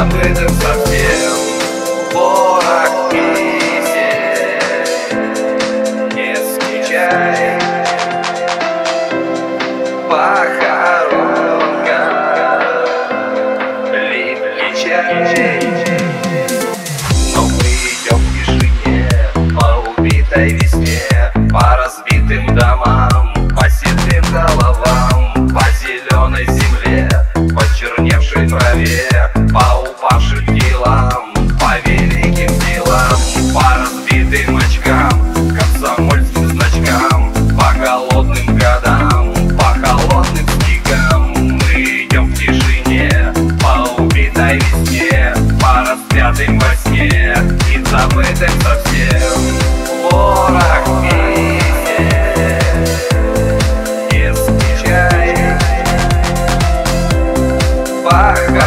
забытым совсем. Ворох песен, не скучай по хоронкам, липкий чай. Но мы идем в тишине по убитой весне, по разбитым домам, по седым головам, по зеленой земле, по черневшей траве, по упавшим телам, по великим делам, по разбитым очкам, комсомольским значкам, по голодным годам, по холодным снегам. Мы идем в тишине по убитой весне, по распятым во сне и забытым совсем. Ворох песен, не скучай по